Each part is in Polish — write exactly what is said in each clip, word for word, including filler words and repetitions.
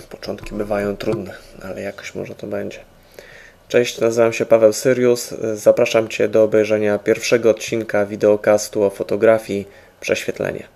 Początki bywają trudne, ale jakoś może to będzie. Cześć, nazywam się Paweł Syrius. Zapraszam Cię do obejrzenia pierwszego odcinka wideocastu o fotografii Prześwietlenie.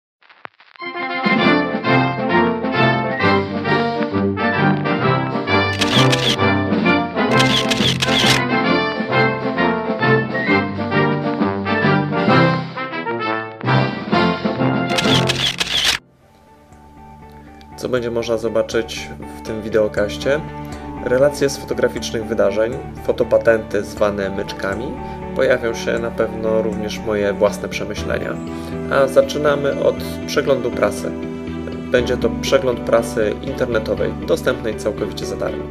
Co będzie można zobaczyć w tym wideokaście? Relacje z fotograficznych wydarzeń, fotopatenty zwane myczkami, pojawią się na pewno również moje własne przemyślenia. A zaczynamy od przeglądu prasy. Będzie to przegląd prasy internetowej, dostępnej całkowicie za darmo.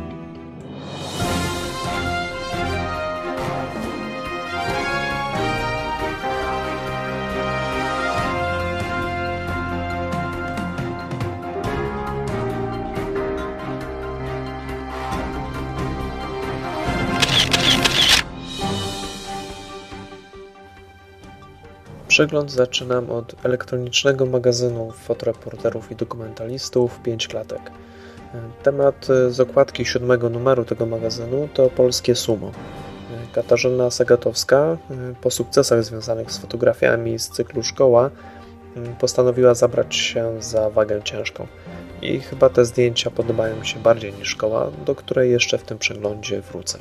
Przegląd zaczynam od elektronicznego magazynu fotoreporterów i dokumentalistów pięć klatek. Temat z okładki siódmego numeru tego magazynu to polskie sumo. Katarzyna Sagatowska po sukcesach związanych z fotografiami z cyklu Szkoła postanowiła zabrać się za wagę ciężką. I chyba te zdjęcia podobają mi się bardziej niż Szkoła, do której jeszcze w tym przeglądzie wrócę.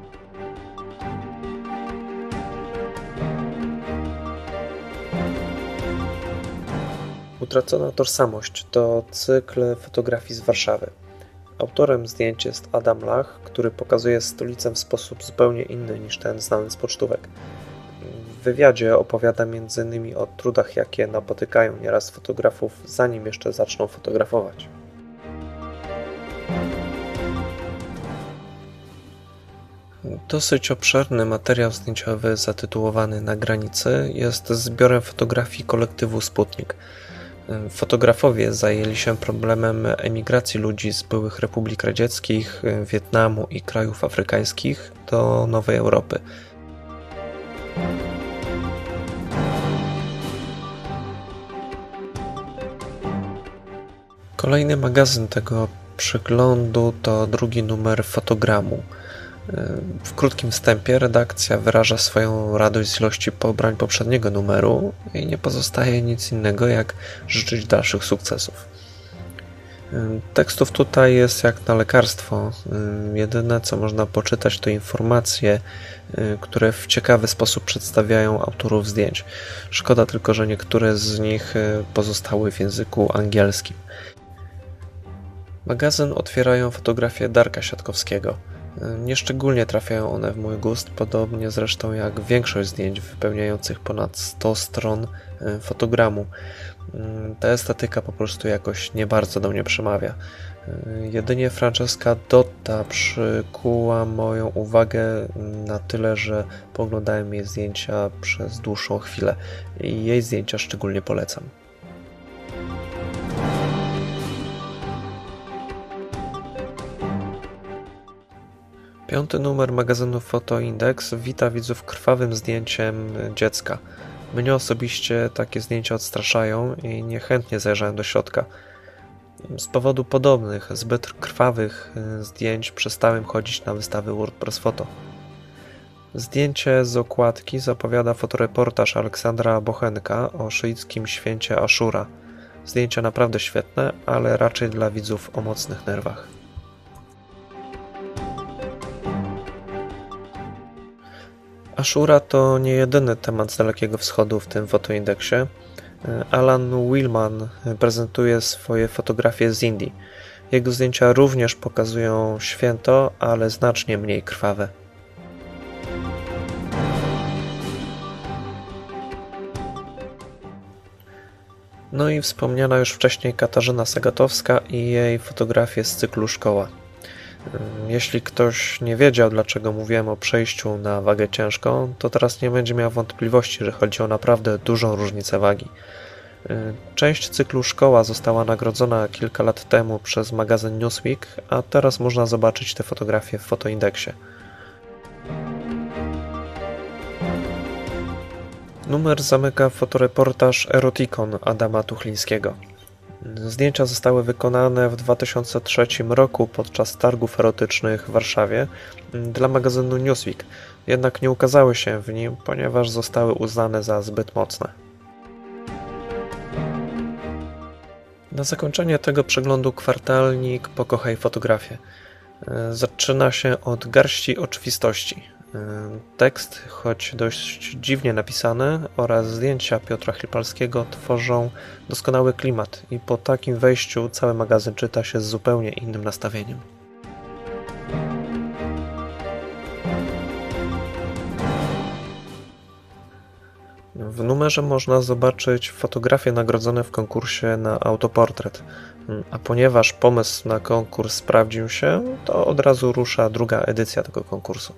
Utracona tożsamość to cykl fotografii z Warszawy. Autorem zdjęć jest Adam Lach, który pokazuje stolicę w sposób zupełnie inny niż ten znany z pocztówek. W wywiadzie opowiada między innymi o trudach, jakie napotykają nieraz fotografów, zanim jeszcze zaczną fotografować. Dosyć obszerny materiał zdjęciowy zatytułowany Na granicy jest zbiorem fotografii kolektywu Sputnik. Fotografowie zajęli się problemem emigracji ludzi z byłych republik radzieckich, Wietnamu i krajów afrykańskich do Nowej Europy. Kolejny magazyn tego przeglądu to drugi numer Fotogramu. W krótkim wstępie redakcja wyraża swoją radość z ilości pobrań poprzedniego numeru i nie pozostaje nic innego jak życzyć dalszych sukcesów. Tekstów tutaj jest jak na lekarstwo. Jedyne co można poczytać to informacje, które w ciekawy sposób przedstawiają autorów zdjęć. Szkoda tylko, że niektóre z nich pozostały w języku angielskim. Magazyn otwierają fotografie Darka Siatkowskiego. Nieszczególnie trafiają one w mój gust, podobnie zresztą jak większość zdjęć wypełniających ponad sto stron fotogramu. Ta estetyka po prostu jakoś nie bardzo do mnie przemawia. Jedynie Francesca Dotta przykuła moją uwagę na tyle, że poglądałem jej zdjęcia przez dłuższą chwilę i jej zdjęcia szczególnie polecam. Piąty numer magazynu Fotoindex wita widzów krwawym zdjęciem dziecka. Mnie osobiście takie zdjęcia odstraszają i niechętnie zajrzałem do środka. Z powodu podobnych, zbyt krwawych zdjęć przestałem chodzić na wystawy WordPress Photo. Zdjęcie z okładki zapowiada fotoreportaż Aleksandra Bochenka o szyickim święcie Aszura. Zdjęcia naprawdę świetne, ale raczej dla widzów o mocnych nerwach. Aszura to nie jedyny temat z Dalekiego Wschodu w tym fotoindeksie. Alan Willman prezentuje swoje fotografie z Indii. Jego zdjęcia również pokazują święto, ale znacznie mniej krwawe. No i wspomniana już wcześniej Katarzyna Sagatowska i jej fotografie z cyklu Szkoła. Jeśli ktoś nie wiedział, dlaczego mówiłem o przejściu na wagę ciężką, to teraz nie będzie miał wątpliwości, że chodzi o naprawdę dużą różnicę wagi. Część cyklu Szkoła została nagrodzona kilka lat temu przez magazyn Newsweek, a teraz można zobaczyć te fotografie w fotoindeksie. Numer zamyka fotoreportaż Erotikon Adama Tuchlińskiego. Zdjęcia zostały wykonane w dwa tysiące trzecim roku podczas targów erotycznych w Warszawie dla magazynu Newsweek, jednak nie ukazały się w nim, ponieważ zostały uznane za zbyt mocne. Na zakończenie tego przeglądu kwartalnik Pokochaj fotografię. Zaczyna się od garści oczywistości. Tekst, choć dość dziwnie napisany, oraz zdjęcia Piotra Chlipalskiego tworzą doskonały klimat i po takim wejściu cały magazyn czyta się z zupełnie innym nastawieniem. W numerze można zobaczyć fotografie nagrodzone w konkursie na autoportret, a ponieważ pomysł na konkurs sprawdził się, to od razu rusza druga edycja tego konkursu.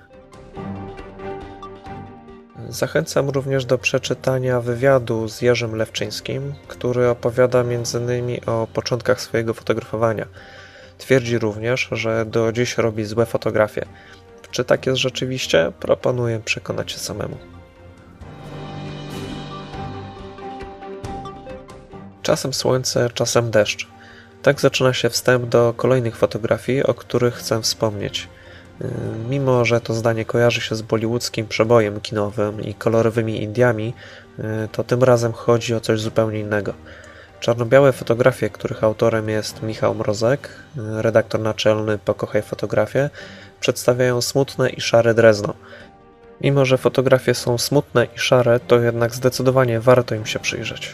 Zachęcam również do przeczytania wywiadu z Jerzym Lewczyńskim, który opowiada między innymi o początkach swojego fotografowania. Twierdzi również, że do dziś robi złe fotografie. Czy tak jest rzeczywiście? Proponuję przekonać się samemu. Czasem słońce, czasem deszcz. Tak zaczyna się wstęp do kolejnych fotografii, o których chcę wspomnieć. Mimo że to zdanie kojarzy się z bollywoodzkim przebojem kinowym i kolorowymi Indiami, to tym razem chodzi o coś zupełnie innego. Czarno-białe fotografie, których autorem jest Michał Mrozek, redaktor naczelny Pokochaj fotografię, przedstawiają smutne i szare Drezno. Mimo że fotografie są smutne i szare, to jednak zdecydowanie warto im się przyjrzeć.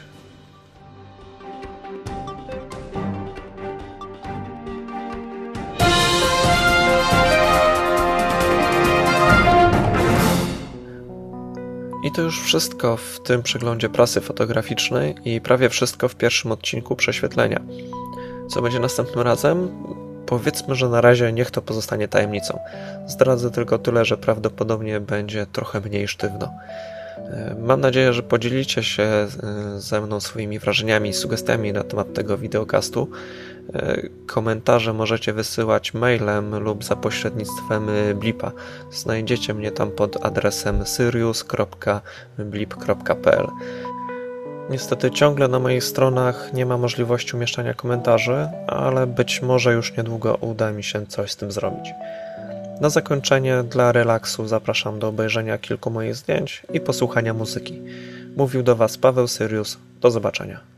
I to już wszystko w tym przeglądzie prasy fotograficznej i prawie wszystko w pierwszym odcinku Prześwietlenia. Co będzie następnym razem? Powiedzmy, że na razie niech to pozostanie tajemnicą. Zdradzę tylko tyle, że prawdopodobnie będzie trochę mniej sztywno. Mam nadzieję, że podzielicie się ze mną swoimi wrażeniami i sugestiami na temat tego wideokastu. Komentarze możecie wysyłać mailem lub za pośrednictwem blipa. Znajdziecie mnie tam pod adresem syrius kropka blip kropka p l. Niestety ciągle na moich stronach nie ma możliwości umieszczania komentarzy, ale być może już niedługo uda mi się coś z tym zrobić. Na zakończenie dla relaksu zapraszam do obejrzenia kilku moich zdjęć i posłuchania muzyki. Mówił do Was Paweł Syrius. Do zobaczenia.